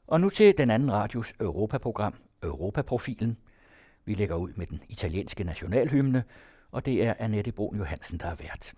Og nu til den anden radios Europaprogram, Europaprofilen. Vi lægger ud med den italienske nationalhymne, og det er Annette Brun Johansen, der er vært.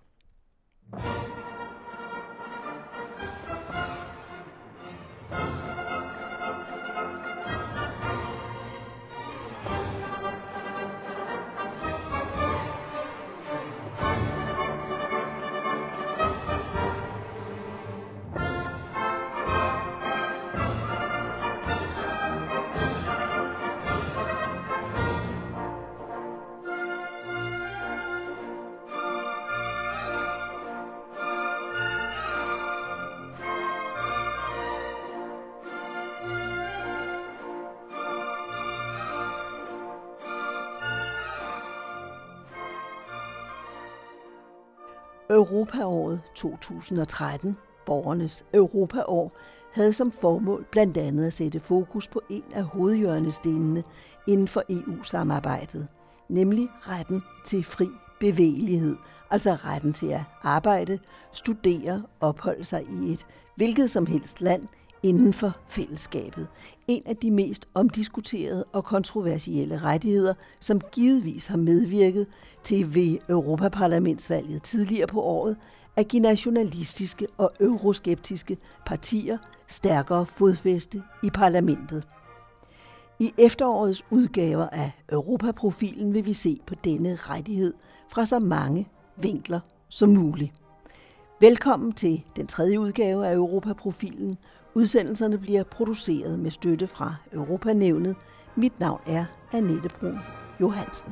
Europaåret 2013, borgernes Europaår, havde som formål blandt andet at sætte fokus på en af hovedhjørnestenene inden for EU-samarbejdet, nemlig retten til fri bevægelighed, altså retten til at arbejde, studere, opholde sig i et hvilket som helst land inden for fællesskabet. En af de mest omdiskuterede og kontroversielle rettigheder, som givetvis har medvirket til ved Europaparlamentsvalget tidligere på året, at give nationalistiske og euroskeptiske partier stærkere fodfæste i parlamentet. I efterårets udgaver af Europaprofilen vil vi se på denne rettighed fra så mange vinkler som muligt. Velkommen til den tredje udgave af Europaprofilen. Udsendelserne bliver produceret med støtte fra Europanævnet. Mit navn er Annette Brun Johansen.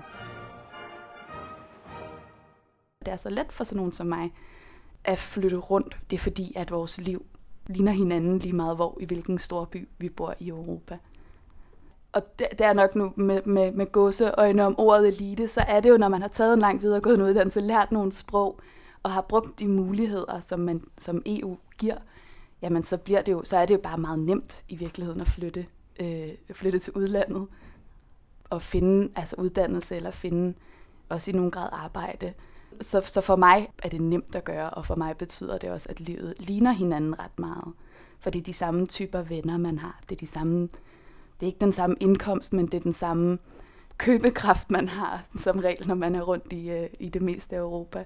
Det er så let for sådan nogen som mig at flytte rundt. Det er fordi, at vores liv ligner hinanden lige meget, hvor i hvilken storby vi bor i Europa. Og det er nok nu med gåseøjne om ordet elite, så er det jo, når man har taget en lang videregående uddannelse, lært nogle sprog og har brugt de muligheder, som EU giver, jamen så er det jo bare meget nemt i virkeligheden at flytte til udlandet og finde uddannelse eller finde også i nogen grad arbejde. Så for mig er det nemt at gøre, og for mig betyder det også, at livet ligner hinanden ret meget. For det er de samme typer venner, man har. Det er ikke den samme indkomst, men det er den samme købekraft, man har som regel, når man er rundt i det meste af Europa.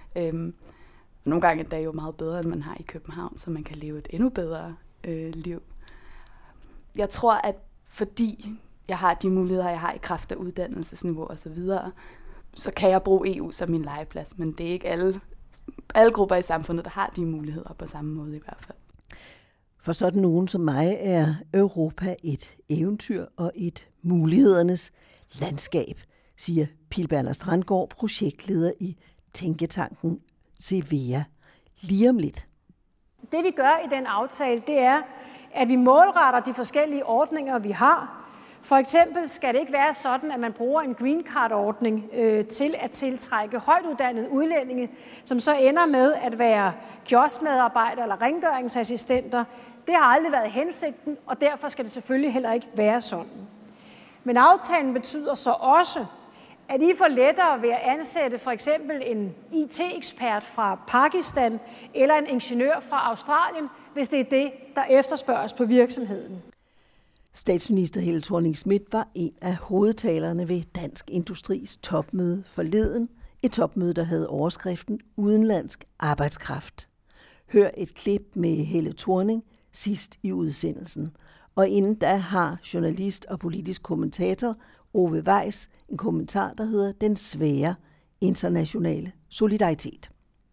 Nogle gange er det jo meget bedre, end man har i København, så man kan leve et endnu bedre liv. Jeg tror, at fordi jeg har de muligheder, jeg har i kraft af uddannelsesniveau osv., så kan jeg bruge EU som min legeplads, men det er ikke alle grupper i samfundet, der har de muligheder på samme måde i hvert fald. For sådan nogen som mig er Europa et eventyr og et mulighedernes landskab, siger Pil Berner Strandgaard, projektleder i tænketanken Cevea. Lige om lidt. Det vi gør i den aftale, det er, at vi målretter de forskellige ordninger, vi har. For eksempel skal det ikke være sådan, at man bruger en green card-ordning til at tiltrække højtuddannede udlændinge, som så ender med at være kioskmedarbejdere eller rengøringsassistenter. Det har aldrig været hensigten, og derfor skal det selvfølgelig heller ikke være sådan. Men aftalen betyder så også, at I får lettere ved at ansætte for eksempel en IT-ekspert fra Pakistan eller en ingeniør fra Australien, hvis det er det, der efterspørges på virksomheden. Statsminister Helle Thorning-Schmidt var en af hovedtalerne ved Dansk Industris topmøde forleden. Et topmøde, der havde overskriften Udenlandsk arbejdskraft. Hør et klip med Helle Thorning sidst i udsendelsen. Og inden da har journalist og politisk kommentator Ove Weiss en kommentar, der hedder Den svære internationale solidaritet.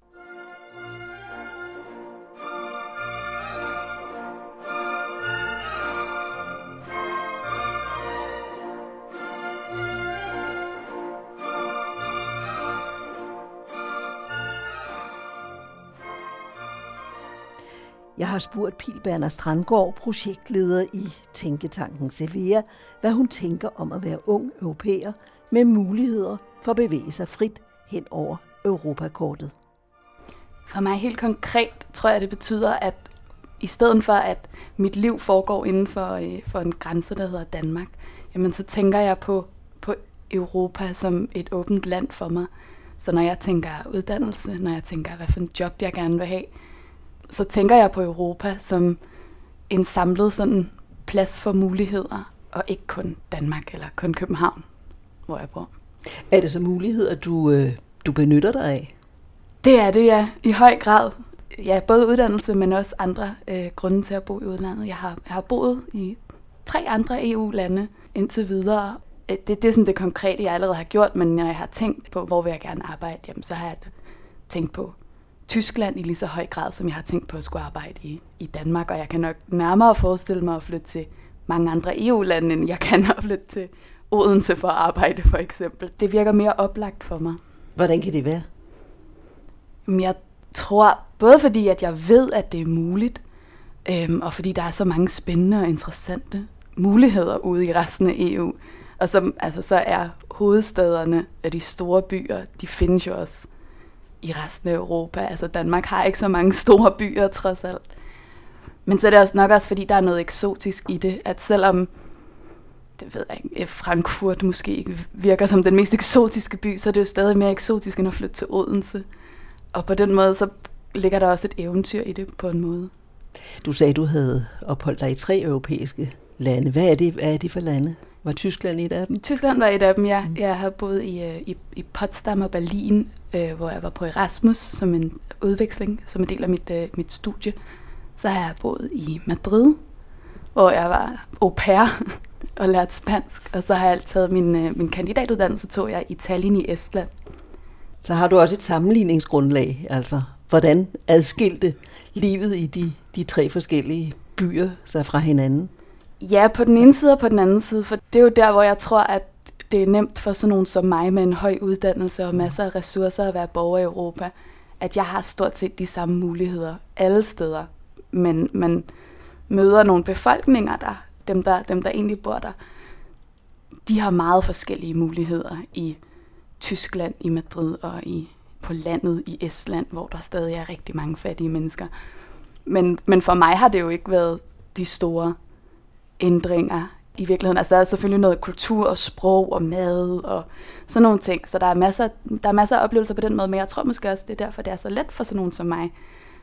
Jeg har spurgt Pil Berner Strandgaard, projektleder i tænketanken Cevea, hvad hun tænker om at være ung europæer med muligheder for at bevæge sig frit hen over Europakortet. For mig helt konkret tror jeg, det betyder, at i stedet for, at mit liv foregår inden for en grænse, der hedder Danmark, jamen så tænker jeg på Europa som et åbent land for mig. Så når jeg tænker uddannelse, når jeg tænker, hvad for en job jeg gerne vil have, så tænker jeg på Europa som en samlet sådan plads for muligheder, og ikke kun Danmark eller kun København, hvor jeg bor. Er det så muligheder, du benytter dig af? Det er det, ja. I høj grad. Ja, både uddannelse, men også andre grunde til at bo i udlandet. Jeg har boet i 3 andre EU-lande indtil videre. Det er sådan det konkrete, jeg allerede har gjort, men når jeg har tænkt på, hvor vil jeg gerne arbejde, jamen, så har jeg tænkt på Tyskland i lige så høj grad, som jeg har tænkt på at skulle arbejde i Danmark. Og jeg kan nok nærmere forestille mig at flytte til mange andre EU-lande, end jeg kan at flytte til Odense for at arbejde, for eksempel. Det virker mere oplagt for mig. Hvordan kan det være? Jeg tror, både fordi at jeg ved, at det er muligt, og fordi der er så mange spændende og interessante muligheder ude i resten af EU. Og så er hovedstaderne af de store byer, de findes jo også i resten af Europa. Altså Danmark har ikke så mange store byer, trods alt. Men så er det også nok også, fordi der er noget eksotisk i det, at selvom det ved jeg ikke, Frankfurt måske ikke virker som den mest eksotiske by, så er det jo stadig mere eksotisk end at flytte til Odense. Og på den måde, så ligger der også et eventyr i det på en måde. Du sagde, du havde opholdt dig i 3 europæiske lande. Hvad er det for lande? Var Tyskland et af dem? Tyskland var et af dem, ja. Jeg har boet i Potsdam og Berlin, hvor jeg var på Erasmus som en udveksling, som en del af mit studie. Så har jeg boet i Madrid, hvor jeg var au pair og lærte spansk. Og så har jeg taget min kandidatuddannelse, tog jeg i Tallinn i Estland. Så har du også et sammenligningsgrundlag, altså hvordan adskilte livet i de 3 forskellige byer sig fra hinanden? Ja, på den ene side og på den anden side, for det er jo der, hvor jeg tror, at det er nemt for sådan nogen som mig med en høj uddannelse og masser af ressourcer at være borger i Europa, at jeg har stort set de samme muligheder alle steder. Men man møder nogle befolkninger der, dem der egentlig bor der, de har meget forskellige muligheder i Tyskland, i Madrid og på landet i Estland, hvor der stadig er rigtig mange fattige mennesker. Men for mig har det jo ikke været de store ændringer i virkeligheden. Altså der er selvfølgelig noget kultur og sprog og mad og sådan nogle ting, så der er masser af oplevelser på den måde, men jeg tror måske også, det er derfor, det er så let for sådan nogen som mig,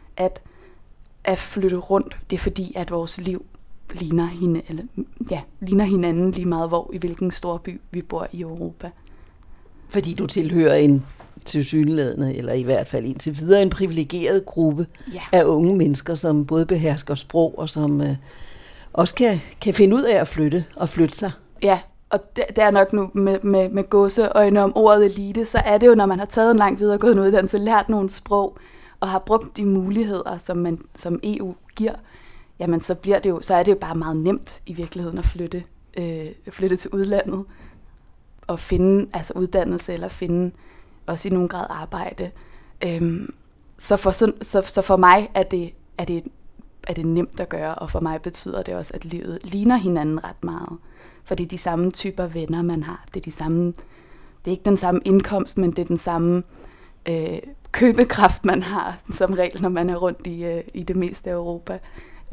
at flytte rundt. Det er fordi, at vores liv ligner hinanden lige meget, i hvilken stor by vi bor i Europa. Fordi du tilhører en tilsyneladende, eller i hvert fald indtil videre, en privilegeret gruppe af unge mennesker, som både behersker sprog og som også kan finde ud af at flytte sig. Ja, og det er nok nu med gåseøjne om ordet elite, så er det jo, når man har taget en lang videregående uddannelse, lært nogle sprog, og har brugt de muligheder, som EU giver, jamen så er det jo bare meget nemt i virkeligheden at flytte til udlandet og finde uddannelse eller finde også i nogen grad arbejde. Så for mig er det nemt at gøre, og for mig betyder det også, at livet ligner hinanden ret meget. For det er de samme typer venner, man har. Det er ikke den samme indkomst, men det er den samme købekraft, man har som regel, når man er rundt i det meste af Europa.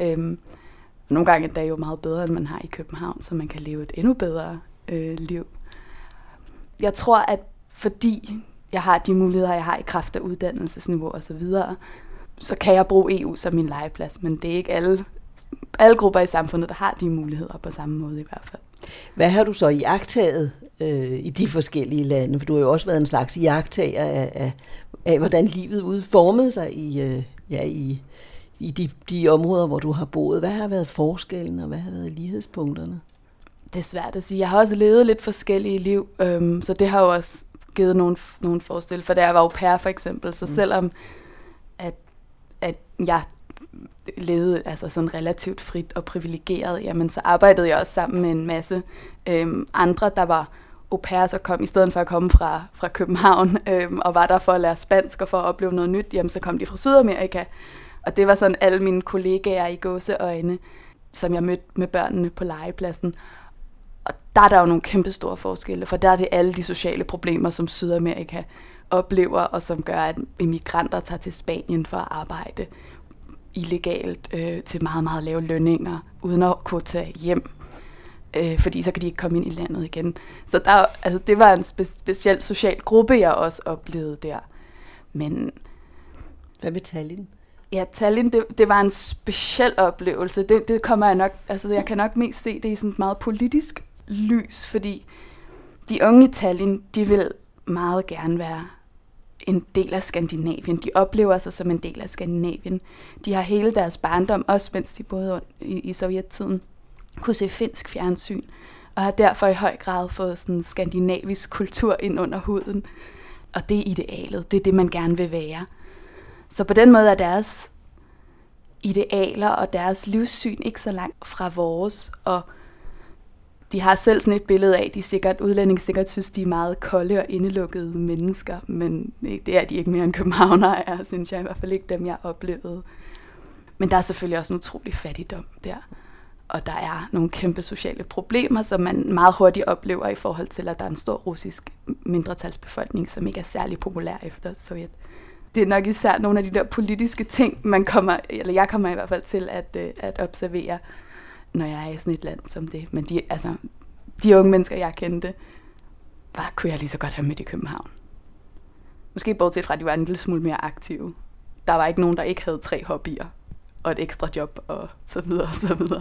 Nogle gange er det jo meget bedre, end man har i København, så man kan leve et endnu bedre liv. Jeg tror, at fordi jeg har de muligheder, jeg har i kraft af uddannelsesniveau osv., så kan jeg bruge EU som min legeplads, men det er ikke alle grupper i samfundet, der har de muligheder på samme måde i hvert fald. Hvad har du så iagttaget i de forskellige lande? For du har jo også været en slags iagttager af hvordan livet udformede sig i de områder, hvor du har boet. Hvad har været forskellen, og hvad har været lighedspunkterne? Det er svært at sige. Jeg har også levet lidt forskellige liv, så det har jo også givet nogle forskel. For da jeg var au pair for eksempel, så selvom at jeg levede altså sådan relativt frit og privilegeret, jamen så arbejdede jeg også sammen med en masse andre, der var au pairs og kom, i stedet for at komme fra København og var der for at lære spansk og for at opleve noget nyt, jamen så kom de fra Sydamerika. Og det var sådan alle mine kollegaer i gåseøjne, som jeg mødte med børnene på legepladsen. Og der er der jo nogle kæmpe store forskelle, for der er det alle de sociale problemer, som Sydamerika oplever, og som gør, at immigranter tager til Spanien for at arbejde illegalt til meget, meget lave lønninger, uden at kunne tage hjem, fordi så kan de ikke komme ind i landet igen. Så det var en speciel social gruppe, jeg også oplevede der. Men hvad med Tallinn? Ja, Tallinn, det var en speciel oplevelse. Det kommer jeg nok, altså jeg kan nok mest se det i sådan et meget politisk lys, fordi de unge i Tallinn, de vil meget gerne være en del af Skandinavien. De oplever sig som en del af Skandinavien. De har hele deres barndom, også mens de boede i sovjettiden, kunne se finsk fjernsyn, og har derfor i høj grad fået sådan skandinavisk kultur ind under huden. Og det er idealet. Det er det, man gerne vil være. Så på den måde er deres idealer og deres livssyn ikke så langt fra vores, og de har selv sådan et billede af, at udlændinge sikkert synes, de er meget kolde og indelukkede mennesker, men det er de ikke mere end københavnere er, synes jeg i hvert fald ikke dem, jeg oplevede. Men der er selvfølgelig også en utrolig fattigdom der, og der er nogle kæmpe sociale problemer, som man meget hurtigt oplever i forhold til, at der er en stor russisk mindretalsbefolkning, som ikke er særlig populær efter Sovjet. Det er nok især nogle af de der politiske ting, jeg kommer i hvert fald til at observere, når jeg er i sådan et land som det. Men de unge mennesker, jeg kendte, kunne jeg lige så godt have med i København. Måske bortset fra, at de var en lille smule mere aktive. Der var ikke nogen, der ikke havde 3 hobbyer og et ekstra job og så videre og så videre.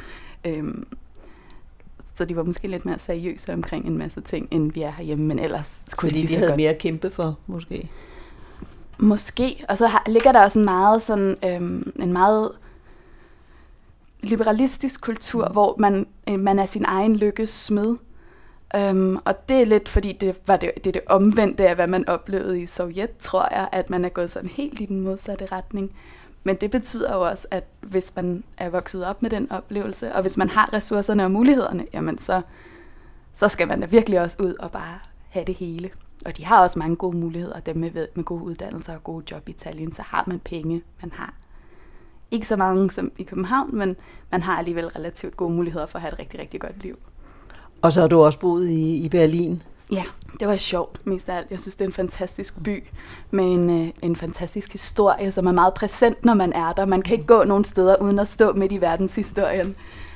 Så de var måske lidt mere seriøse omkring en masse ting, end vi er herhjemme, men ellers kunne fordi de havde mere at kæmpe for, måske? Måske, og så ligger der også en meget liberalistisk kultur, hvor man er sin egen lykkes smed. Og det er lidt, fordi det er det omvendte af, hvad man oplevede i Sovjet, tror jeg, at man er gået sådan helt i den modsatte retning. Men det betyder jo også, at hvis man er vokset op med den oplevelse, og hvis man har ressourcerne og mulighederne, jamen så skal man da virkelig også ud og bare have det hele. Og de har også mange gode muligheder, dem med gode uddannelser og gode job i Tallinn, så har man penge, man har. Ikke så mange som i København, men man har alligevel relativt gode muligheder for at have et rigtig, rigtig godt liv. Og så har du også boet i Berlin? Ja, det var sjovt mest af alt. Jeg synes, det er en fantastisk by med en fantastisk historie, som er meget præsent, når man er der. Man kan ikke gå nogen steder uden at stå midt i verdenshistorien.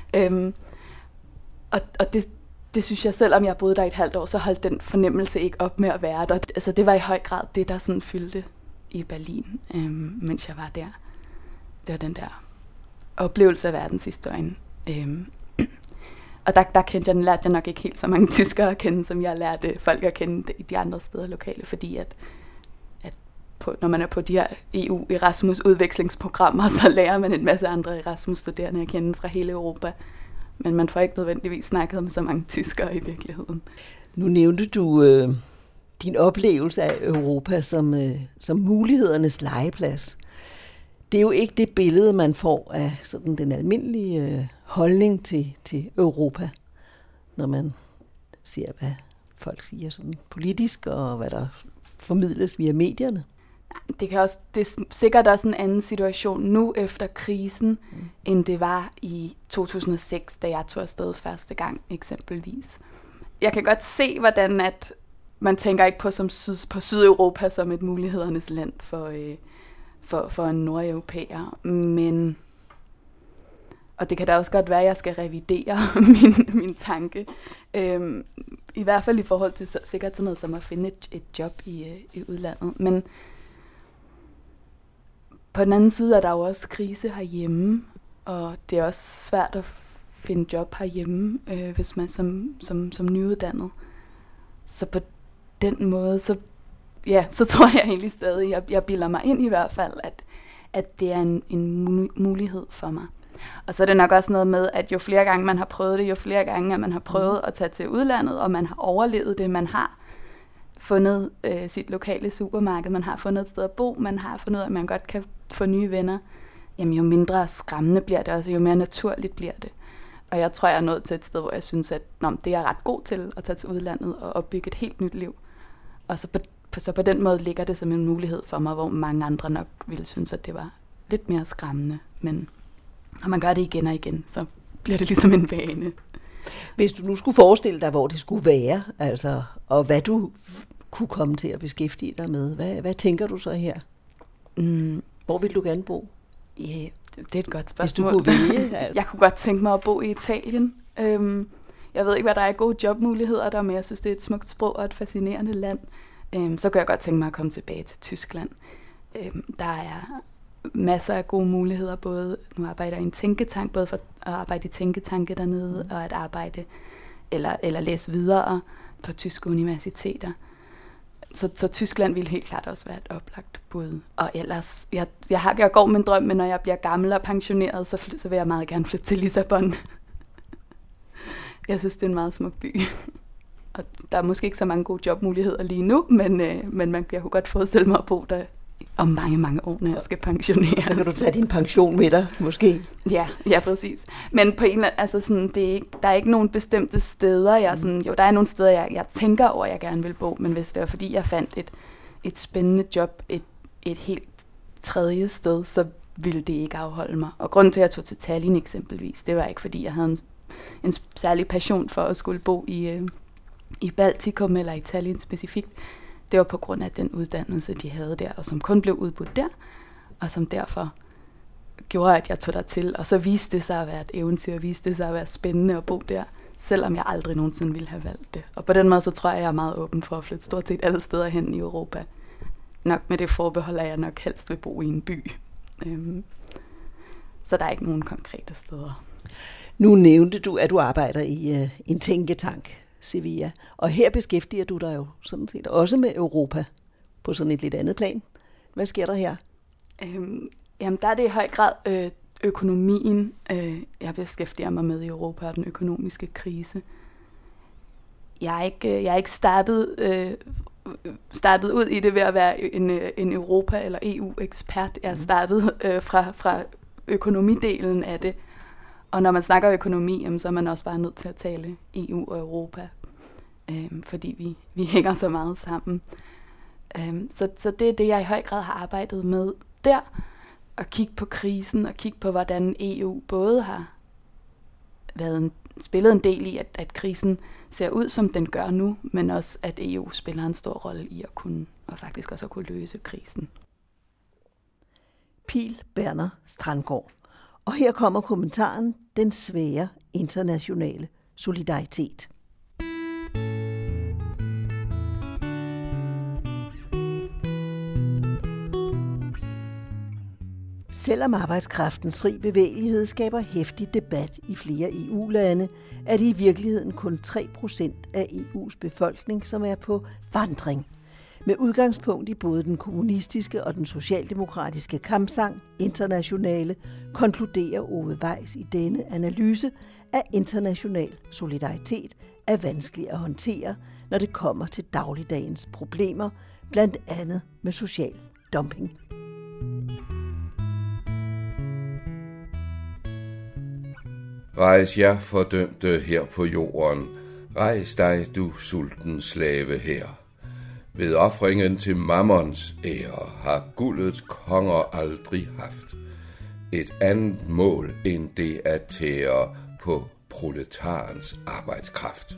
Og det synes jeg, selvom jeg boede der i et halvt år, så holdt den fornemmelse ikke op med at være der. Altså, det var i høj grad det, der sådan fyldte i Berlin, mens jeg var der. Det var den der oplevelse af verdenshistorien. Og der lærte jeg nok ikke helt så mange tyskere at kende, som jeg lærte folk at kende i de andre steder lokale, fordi at når man er på de her EU Erasmus udvekslingsprogrammer, så lærer man en masse andre Erasmus-studerende at kende fra hele Europa. Men man får ikke nødvendigvis snakket med så mange tyskere i virkeligheden. Nu nævnte du din oplevelse af Europa som mulighedernes legeplads. Det er jo ikke det billede, man får af sådan den almindelige holdning til Europa, når man ser, hvad folk siger sådan politisk, og hvad der formidles via medierne. Det er sikkert også en anden situation nu efter krisen, end det var i 2006, da jeg tog afsted første gang eksempelvis. Jeg kan godt se, hvordan at man tænker ikke på Sydeuropa som et mulighedernes land for en nordeuropæer, men og det kan da også godt være, at jeg skal revidere min tanke. I hvert fald i forhold til sikkert sådan noget som at finde et job i udlandet. Men på den anden side er der jo også krise herhjemme, og det er også svært at finde job herhjemme, hvis man som nyuddannet. Så på den måde, så tror jeg egentlig stadig, jeg bilder mig ind i hvert fald, at det er en mulighed for mig. Og så er det nok også noget med, at jo flere gange man har prøvet det, jo flere gange at man har prøvet at tage til udlandet, og man har overlevet det, man har fundet sit lokale supermarked, man har fundet et sted at bo, man har fundet ud af, at man godt kan få nye venner, jamen jo mindre skræmmende bliver det også, jo mere naturligt bliver det. Og jeg tror, jeg er nået til et sted, hvor jeg synes, at det er jeg ret god til at tage til udlandet og opbygge et helt nyt liv. Og så på den måde ligger det som en mulighed for mig, hvor mange andre nok ville synes, at det var lidt mere skræmmende. Men når man gør det igen og igen, så bliver det ligesom en vane. Hvis du nu skulle forestille dig, hvor det skulle være, altså, og hvad du kunne komme til at beskæftige dig med, hvad tænker du så her? Hvor vil du gerne bo? Ja, det er et godt spørgsmål. Hvis du kunne vælge, altså. Jeg kunne godt tænke mig at bo i Italien. Jeg ved ikke, hvad der er gode jobmuligheder der, men jeg synes, det er et smukt sprog og et fascinerende land. Så kan jeg godt tænke mig at komme tilbage til Tyskland. Der er masser af gode muligheder, både nu arbejder jeg i en tænketank, både for at arbejde i tænketanke dernede, og at arbejde eller læse videre på tyske universiteter. Så Tyskland ville helt klart også være et oplagt bud. Og ellers, jeg går med en drøm, men når jeg bliver gammel og pensioneret, så vil jeg meget gerne flytte til Lissabon. Jeg synes, det er en meget smuk by. Og der er måske ikke så mange gode jobmuligheder lige nu, men jeg kunne godt forestille mig at bo der om mange, mange år, når jeg skal pensioneres. Så kan du tage din pension med dig, måske? Ja, præcis. Men på en altså sådan, der er ikke nogen bestemte steder. Der er nogle steder, jeg tænker over, jeg gerne vil bo, men hvis det var fordi, jeg fandt et spændende job et helt tredje sted, så ville det ikke afholde mig. Og grunden til, at jeg tog til Tallinn eksempelvis, det var ikke fordi, jeg havde en særlig passion for at skulle bo i Baltikum eller i Tallinn specifikt. Det var på grund af den uddannelse, de havde der, og som kun blev udbudt der, og som derfor gjorde, at jeg tog dertil. Og så viste det sig at være et eventyr, viste det sig at være spændende at bo der, selvom jeg aldrig nogensinde ville have valgt det. Og på den måde, så tror jeg er meget åben for at flytte stort set alle steder hen i Europa. Nok med det forbehold, at jeg nok helst vil bo i en by. Så der er ikke nogen konkrete steder. Nu nævnte du, at du arbejder i en tænketank, Sevilla. Og her beskæftiger du dig jo sådan set også med Europa på sådan et lidt andet plan. Hvad sker der her? Jamen, der er det i høj grad økonomien, jeg beskæftiger mig med i Europa og den økonomiske krise. Jeg er ikke startet ud i det ved at være en Europa- eller EU-ekspert. Jeg er startet fra økonomidelen af det. Og når man snakker økonomi, så er man også bare nødt til at tale EU og Europa, fordi vi hænger så meget sammen. Så det er det, jeg i høj grad har arbejdet med der, at kigge på krisen og kigge på, hvordan EU både har spillet en del i, at krisen ser ud, som den gør nu, men også, at EU spiller en stor rolle i at faktisk også at kunne løse krisen. Pihl Berner Strandgaard. Og her kommer kommentaren: den svære internationale solidaritet. Selvom arbejdskraftens fri bevægelighed skaber heftig debat i flere EU-lande, er det i virkeligheden kun 3% af EU's befolkning, som er på vandring. Med udgangspunkt i både den kommunistiske og den socialdemokratiske kampsang Internationale, konkluderer Ove Weiss i denne analyse, at international solidaritet er vanskelig at håndtere, når det kommer til dagligdagens problemer, blandt andet med social dumping. Rejs jer fordømte her på jorden, rejs dig, du sulten slave her. Ved ofringen til Mammons ære har guldets konger aldrig haft et andet mål end det at tære på proletarens arbejdskraft.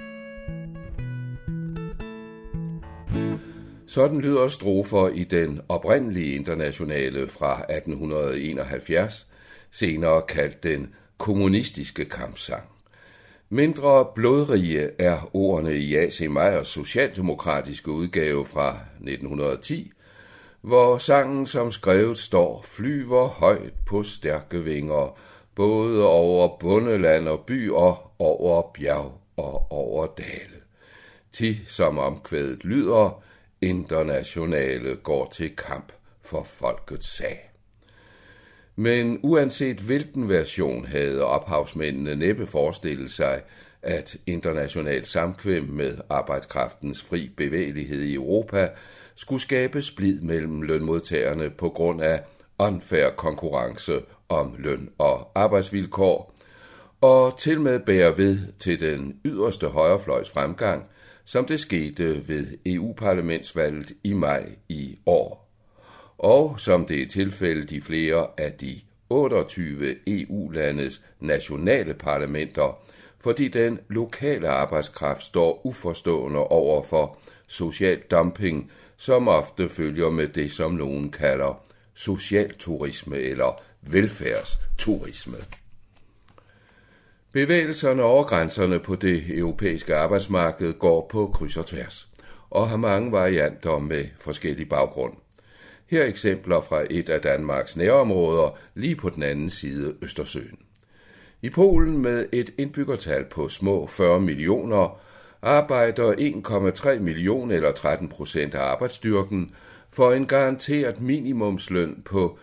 Sådan lyder strofer i den oprindelige internationale fra 1871, senere kaldt den kommunistiske kampsang. Mindre blodrige er ordene i A.C. Meyers socialdemokratiske udgave fra 1910, hvor sangen som skrevet står flyver højt på stærke vinger, både over bondeland og by og over bjerg og over dale. Ti som omkvædet lyder, internationale går til kamp for folkets sag. Men uanset hvilken version havde ophavsmændene næppe forestillet sig, at international samkvem med arbejdskraftens fri bevægelighed i Europa skulle skabe splid mellem lønmodtagerne på grund af unfair konkurrence om løn og arbejdsvilkår, og til med bære ved til den yderste højrefløjs fremgang, som det skete ved EU-parlamentsvalget i maj i år. Og som det er tilfældet i flere af de 28 EU-landes nationale parlamenter, fordi den lokale arbejdskraft står uforstående over for social dumping, som ofte følger med det, som nogen kalder socialturisme eller velfærdsturisme. Bevægelserne over grænserne på det europæiske arbejdsmarked går på kryds og tværs, og har mange varianter med forskellig baggrund. Her eksempler fra et af Danmarks nærområder lige på den anden side Østersøen. I Polen med et indbyggertal på små 40 millioner arbejder 1,3 millioner eller 13% af arbejdsstyrken for en garanteret minimumsløn på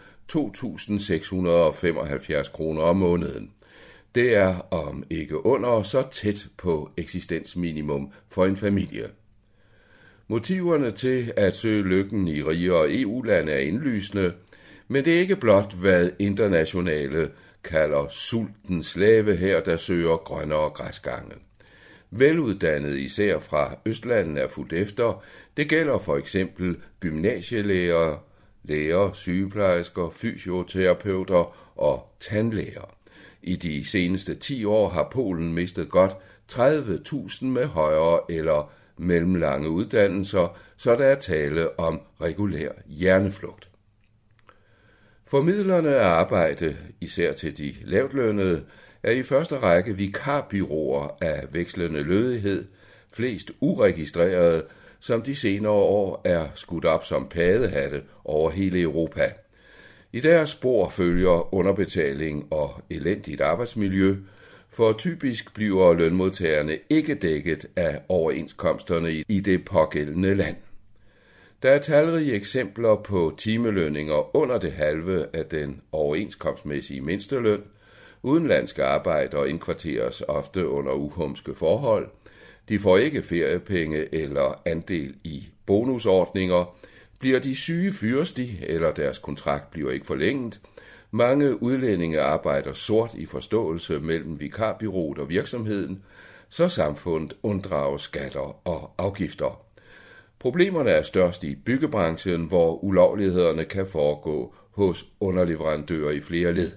2.675 kroner om måneden. Det er om ikke under så tæt på eksistensminimum for en familie. Motiverne til at søge lykken i rigere EU-lande er indlysende, men det er ikke blot, hvad internationale kalder sultens slave her, der søger grønnere græsgange. Veluddannede især fra Østlandene er fulgt efter. Det gælder for eksempel gymnasielærer, læger, sygeplejersker, fysioterapeuter og tandlæger. I de seneste 10 år har Polen mistet godt 30.000 med højere eller mellemlange uddannelser, så der er tale om regulær hjerneflugt. Formidlerne af arbejde, især til de lavtlønnede, er i første række vikarbyråer af vekslende lødighed, flest uregistrerede, som de senere år er skudt op som paddehatte over hele Europa. I deres spor følger underbetaling og elendigt arbejdsmiljø, for typisk bliver lønmodtagerne ikke dækket af overenskomsterne i det pågældende land. Der er talrige eksempler på timelønninger under det halve af den overenskomstmæssige mindsteløn. Udenlandske arbejdere indkvarteres ofte under uhumske forhold. De får ikke feriepenge eller andel i bonusordninger. Bliver de syge fyres de, eller deres kontrakt bliver ikke forlænget. Mange udlændinge arbejder sort i forståelse mellem vikarbureauet og virksomheden, så samfundet unddrager skatter og afgifter. Problemerne er størst i byggebranchen, hvor ulovlighederne kan foregå hos underleverandører i flere led.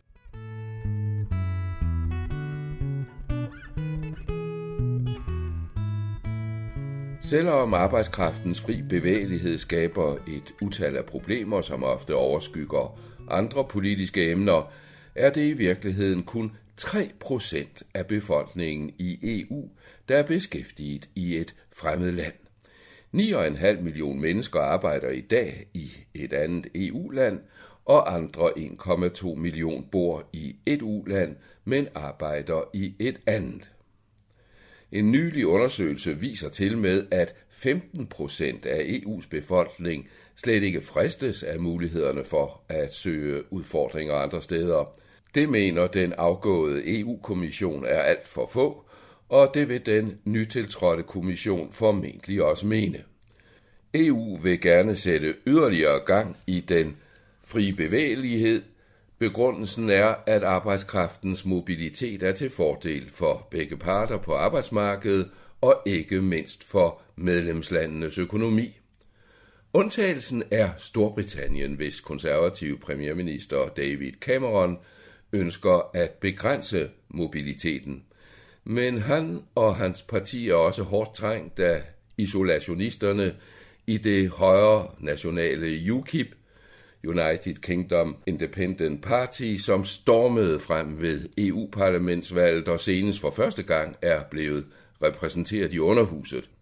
Selvom arbejdskraftens fri bevægelighed skaber et utal af problemer, som ofte overskygger andre politiske emner, er det i virkeligheden kun 3% af befolkningen i EU, der er beskæftiget i et fremmed land. 9,5 millioner mennesker arbejder i dag i et andet EU-land, og andre 1,2 millioner bor i et EU-land, men arbejder i et andet. En nylig undersøgelse viser til med, at 15% af EU's befolkning slet ikke fristes af mulighederne for at søge udfordringer andre steder. Det mener den afgåede EU-kommission er alt for få, og det vil den nytiltrådte kommission formentlig også mene. EU vil gerne sætte yderligere gang i den frie bevægelighed. Begrundelsen er, at arbejdskraftens mobilitet er til fordel for begge parter på arbejdsmarkedet og ikke mindst for medlemslandenes økonomi. Undtagelsen er Storbritannien, hvis konservative premierminister David Cameron ønsker at begrænse mobiliteten. Men han og hans parti er også hårdt trængt af isolationisterne i det højre nationale UKIP, United Kingdom Independent Party, som stormede frem ved EU-parlamentsvalget og senest for første gang er blevet repræsenteret i underhuset.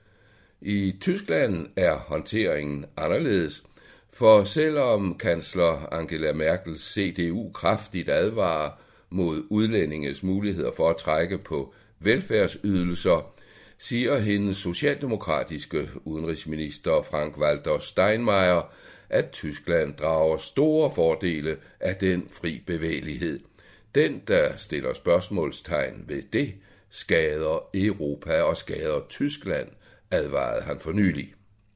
I Tyskland er håndteringen anderledes, for selvom kansler Angela Merkels CDU kraftigt advarer mod udlændinges muligheder for at trække på velfærdsydelser, siger hendes socialdemokratiske udenrigsminister Frank-Walter Steinmeier, at Tyskland drager store fordele af den fri bevægelighed. Den, der stiller spørgsmålstegn ved det, skader Europa og skader Tyskland, advarede han for nylig.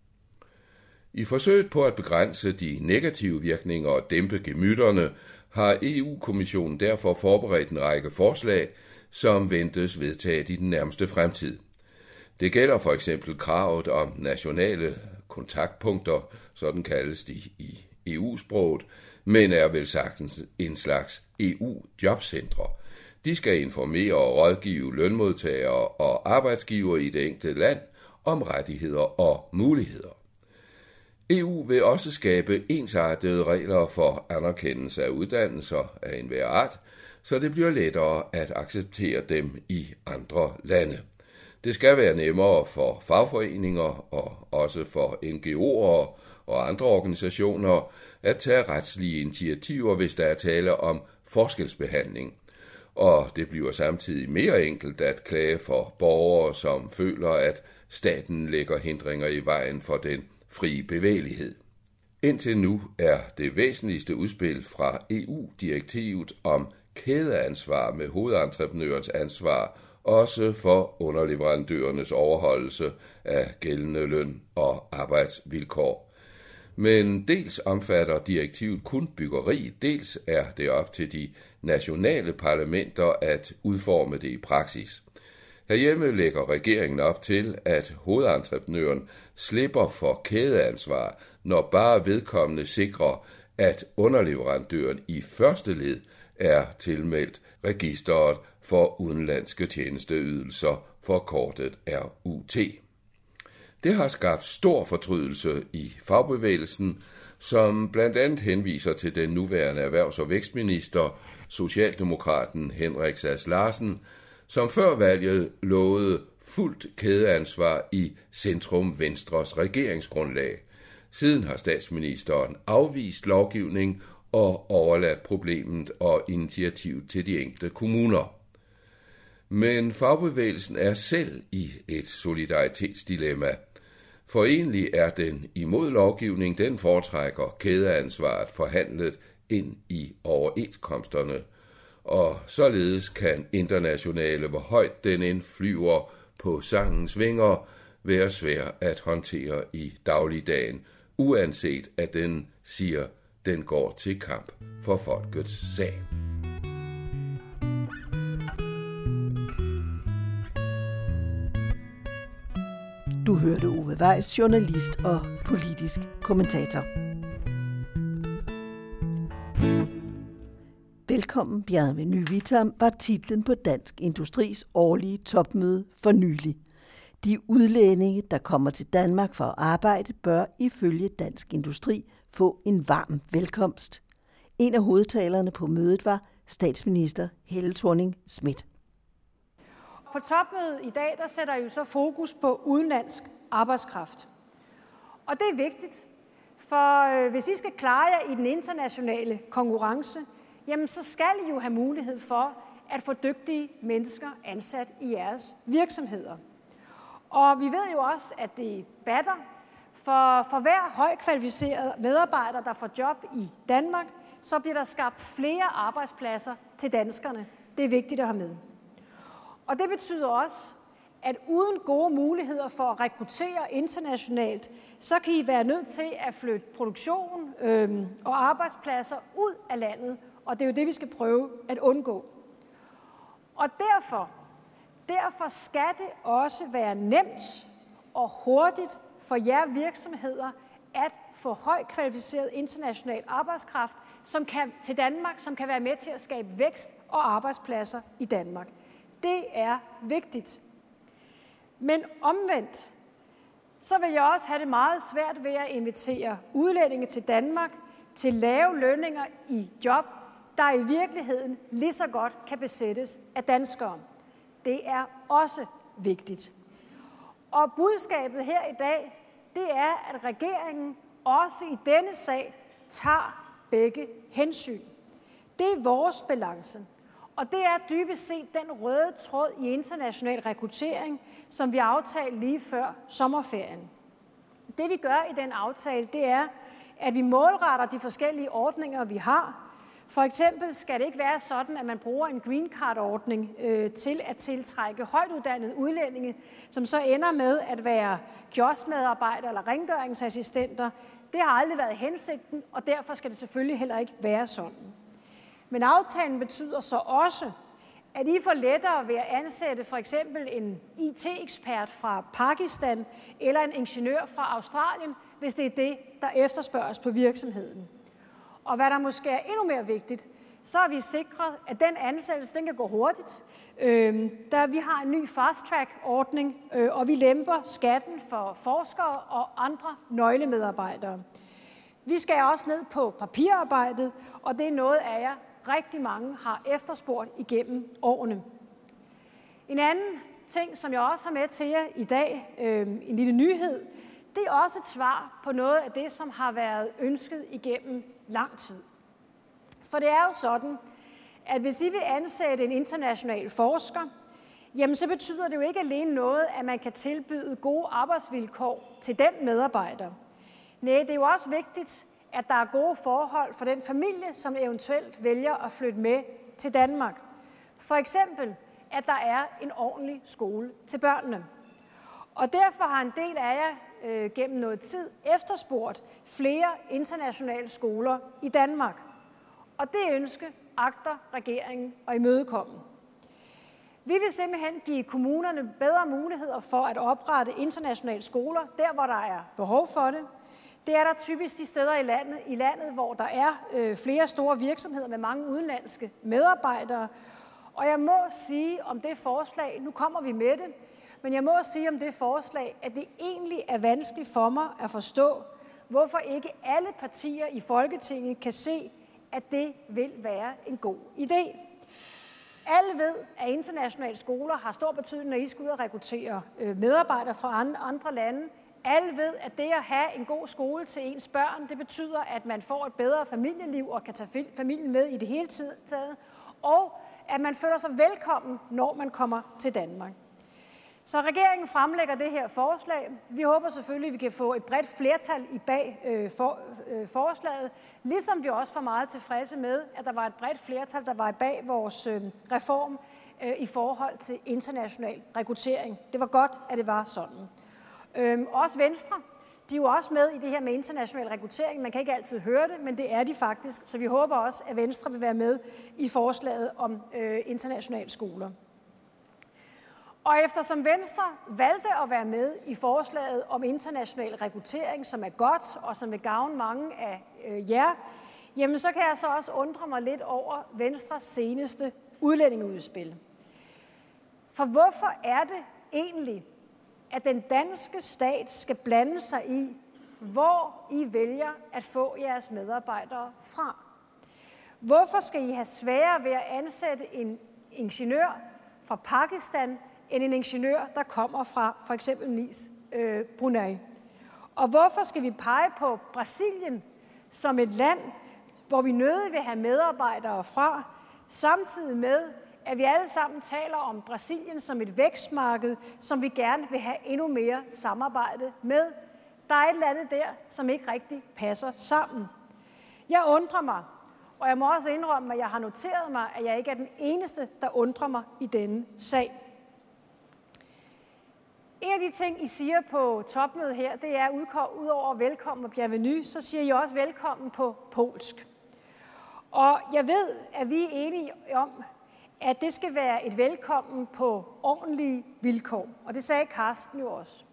I forsøget på at begrænse de negative virkninger og dæmpe gemytterne, har EU-kommissionen derfor forberedt en række forslag, som ventes vedtaget i den nærmeste fremtid. Det gælder for eksempel kravet om nationale kontaktpunkter, sådan kaldes de i EU-sproget, men er vel sagtens en slags EU-jobcentre. De skal informere og rådgive lønmodtagere og arbejdsgivere i det enkelte land om rettigheder og muligheder. EU vil også skabe ensartede regler for anerkendelse af uddannelser af enhver art, så det bliver lettere at acceptere dem i andre lande. Det skal være nemmere for fagforeninger og også for NGO'er og andre organisationer at tage retslige initiativer, hvis der er tale om forskelsbehandling. Og det bliver samtidig mere enkelt at klage for borgere, som føler, at staten lægger hindringer i vejen for den frie bevægelighed. Indtil nu er det væsentligste udspil fra EU-direktivet om kædeansvar med hovedentreprenørens ansvar, også for underleverandørernes overholdelse af gældende løn- og arbejdsvilkår. Men dels omfatter direktivet kun byggeri, dels er det op til de nationale parlamenter at udforme det i praksis. Herhjemme lægger regeringen op til, at hovedentreprenøren slipper for kædeansvar, når bare vedkommende sikrer, at underleverandøren i første led er tilmeldt registeret for udenlandske tjenesteydelser, forkortet RUT. Det har skabt stor fortrydelse i fagbevægelsen, som blandt andet henviser til den nuværende erhvervs- og vækstminister, socialdemokraten Henrik Sass Larsen, som før valget lovede fuldt kædeansvar i Centrum Venstres regeringsgrundlag. Siden har statsministeren afvist lovgivning og overladt problemet og initiativet til de enkelte kommuner. Men fagbevægelsen er selv i et solidaritetsdilemma. For egentlig er den imod lovgivning, den foretrækker kædeansvaret forhandlet ind i overenskomsterne, og således kan internationale, hvor højt den end flyver på sangens vinger, være svær at håndtere i dagligdagen, uanset at den siger, den går til kamp for folkets sag. Du hørte Ove Weiss, journalist og politisk kommentator. Velkommen, Bjarne Ny-Vitam, var titlen på Dansk Industris årlige topmøde for nylig. De udlændinge, der kommer til Danmark for at arbejde, bør ifølge Dansk Industri få en varm velkomst. En af hovedtalerne på mødet var statsminister Helle Thorning-Schmidt. På topmødet i dag, der sætter jo så fokus på udenlandsk arbejdskraft. Og det er vigtigt, for hvis I skal klare jer i den internationale konkurrence, jamen så skal I jo have mulighed for at få dygtige mennesker ansat i jeres virksomheder. Og vi ved jo også, at det batter, for hver højkvalificeret medarbejder, der får job i Danmark, så bliver der skabt flere arbejdspladser til danskerne. Det er vigtigt at have med. Og det betyder også, at uden gode muligheder for at rekruttere internationalt, så kan I være nødt til at flytte produktion og arbejdspladser ud af landet. Og det er jo det, vi skal prøve at undgå. Og derfor skal det også være nemt og hurtigt for jer virksomheder at få højkvalificeret international arbejdskraft til Danmark, som kan være med til at skabe vækst og arbejdspladser i Danmark. Det er vigtigt. Men omvendt, så vil jeg også have det meget svært ved at invitere udlændinge til Danmark til lave lønninger i job, der i virkeligheden lige så godt kan besættes af danskere. Det er også vigtigt. Og budskabet her i dag, det er, at regeringen også i denne sag tager begge hensyn. Det er vores balance. Og det er dybest set den røde tråd i international rekruttering, som vi aftalte lige før sommerferien. Det vi gør i den aftale, det er, at vi målretter de forskellige ordninger, vi har. For eksempel skal det ikke være sådan, at man bruger en green card-ordning til at tiltrække højtuddannede udlændinge, som så ender med at være kioskmedarbejdere eller rengøringsassistenter. Det har aldrig været hensigten, og derfor skal det selvfølgelig heller ikke være sådan. Men aftalen betyder så også, at I får lettere ved at ansætte for eksempel en IT-ekspert fra Pakistan eller en ingeniør fra Australien, hvis det er det, der efterspørges på virksomheden. Og hvad der måske er endnu mere vigtigt, så har vi sikret, at den ansættelse den kan gå hurtigt. Vi har en ny fast-track-ordning, og vi lemper skatten for forskere og andre nøglemedarbejdere. Vi skal også ned på papirarbejdet, og det er noget af jer, rigtig mange har efterspurgt igennem årene. En anden ting, som jeg også har med til jer i dag, en lille nyhed, det er også et svar på noget af det, som har været ønsket igennem lang tid. For det er jo sådan, at hvis I vil ansætte en international forsker, jamen så betyder det jo ikke alene noget, at man kan tilbyde gode arbejdsvilkår til den medarbejder. Nej, det er jo også vigtigt, at der er gode forhold for den familie, som eventuelt vælger at flytte med til Danmark. For eksempel, at der er en ordentlig skole til børnene. Og derfor har en del af jer gennem noget tid efterspurgt flere internationale skoler i Danmark. Og det ønske agter regeringen at imødekomme. Vi vil simpelthen give kommunerne bedre muligheder for at oprette internationale skoler, der hvor der er behov for det. Det er der typisk de steder i landet, hvor der er flere store virksomheder med mange udenlandske medarbejdere. Og jeg må sige om det forslag, nu kommer vi med det, men jeg må sige om det forslag, at det egentlig er vanskeligt for mig at forstå, hvorfor ikke alle partier i Folketinget kan se, at det vil være en god idé. Alle ved, at internationale skoler har stor betydning, når I skal ud og rekruttere medarbejdere fra andre lande. Alle ved, at det at have en god skole til ens børn, det betyder, at man får et bedre familieliv og kan tage familien med i det hele taget, og at man føler sig velkommen, når man kommer til Danmark. Så regeringen fremlægger det her forslag. Vi håber selvfølgelig, at vi kan få et bredt flertal bag forslaget, ligesom vi også var meget tilfredse med, at der var et bredt flertal, der var bag vores reform i forhold til international rekruttering. Det var godt, at det var sådan. Også Venstre, de er jo også med i det her med international rekruttering. Man kan ikke altid høre det, men det er de faktisk. Så vi håber også, at Venstre vil være med i forslaget om internationale skoler. Og eftersom Venstre valgte at være med i forslaget om international rekruttering, som er godt og som vil gavne mange af jer, jamen så kan jeg så også undre mig lidt over Venstres seneste udlændingeudspil. For hvorfor er det egentlig, at den danske stat skal blande sig i, hvor I vælger at få jeres medarbejdere fra? Hvorfor skal I have sværere ved at ansætte en ingeniør fra Pakistan, end en ingeniør, der kommer fra for eksempel Brunei? Og hvorfor skal vi pege på Brasilien som et land, hvor vi nødig vil have medarbejdere fra, samtidig med, at vi alle sammen taler om Brasilien som et vækstmarked, som vi gerne vil have endnu mere samarbejde med? Der er et eller andet der, som ikke rigtig passer sammen. Jeg undrer mig, og jeg må også indrømme, at jeg har noteret mig, at jeg ikke er den eneste, der undrer mig i denne sag. En af de ting, I siger på topmødet her, det er, udover velkommen og bienvenue, så siger I også velkommen på polsk. Og jeg ved, at vi er enige om, at det skal være et velkommen på ordentlige vilkår. Og det sagde Carsten jo også.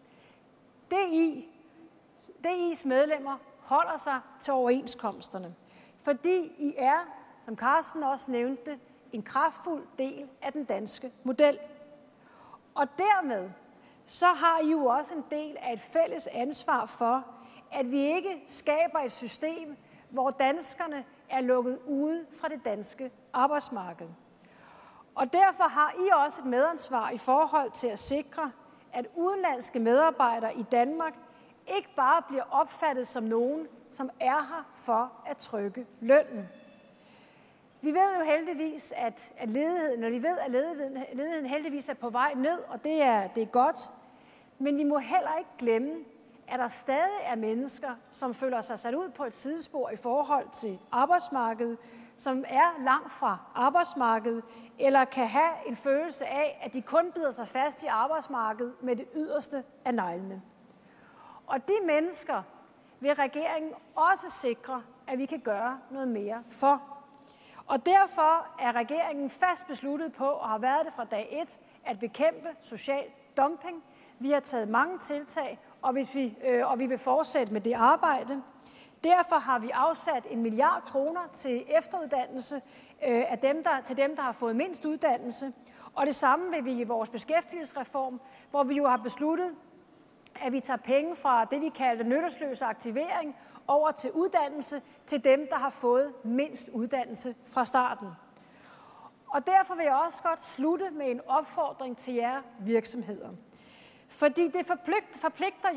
DI's medlemmer holder sig til overenskomsterne, fordi I er, som Carsten også nævnte, en kraftfuld del af den danske model. Og dermed så har I jo også en del af et fælles ansvar for, at vi ikke skaber et system, hvor danskerne er lukket ude fra det danske arbejdsmarked. Og derfor har I også et medansvar i forhold til at sikre, at udenlandske medarbejdere i Danmark ikke bare bliver opfattet som nogen, som er her for at trykke lønnen. Vi ved jo heldigvis, at ledigheden heldigvis er på vej ned, og det er godt. Men vi må heller ikke glemme, at der stadig er mennesker, som føler sig sat ud på et sidespor i forhold til arbejdsmarkedet, som er langt fra arbejdsmarkedet, eller kan have en følelse af, at de kun bider sig fast i arbejdsmarkedet med det yderste af neglene. Og de mennesker vil regeringen også sikre, at vi kan gøre noget mere for. Og derfor er regeringen fast besluttet på, og har været det fra dag 1, at bekæmpe social dumping. Vi har taget mange tiltag, og vi vil fortsætte med det arbejde. Derfor har vi afsat 1 milliard kroner til efteruddannelse til dem, der har fået mindst uddannelse. Og det samme vil vi i vores beskæftigelsesreform, hvor vi jo har besluttet, at vi tager penge fra det, vi kalder nyttesløs aktivering, over til uddannelse til dem, der har fået mindst uddannelse fra starten. Og derfor vil jeg også godt slutte med en opfordring til jer virksomheder. Fordi det forpligter jo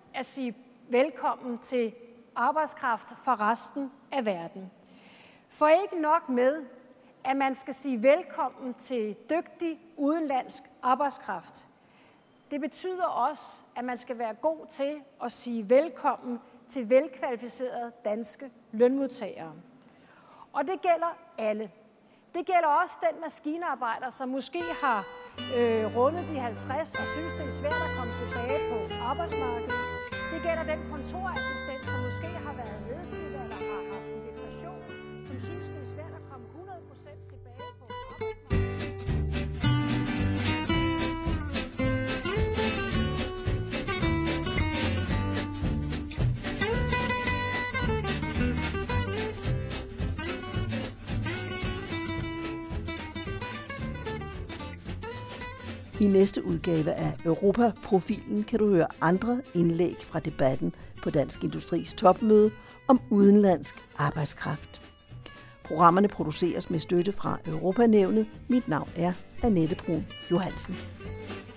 at sige velkommen til arbejdskraft fra resten af verden. For ikke nok med, at man skal sige velkommen til dygtig udenlandsk arbejdskraft. Det betyder også, at man skal være god til at sige velkommen til velkvalificerede danske lønmodtagere. Og det gælder alle. Det gælder også den maskinarbejder, som måske har rundet de 50 og synes, det er svært at komme tilbage på arbejdsmarkedet. Det gælder den kontorassistent, som måske har været nedslidt eller har haft en depression, som synes, det er svært at komme 100% tilbage på arbejdsmarkedet. I næste udgave af Europa-profilen kan du høre andre indlæg fra debatten på Dansk Industris topmøde om udenlandsk arbejdskraft. Programmerne produceres med støtte fra Europanævnet. Mit navn er Annette Brun Johansen.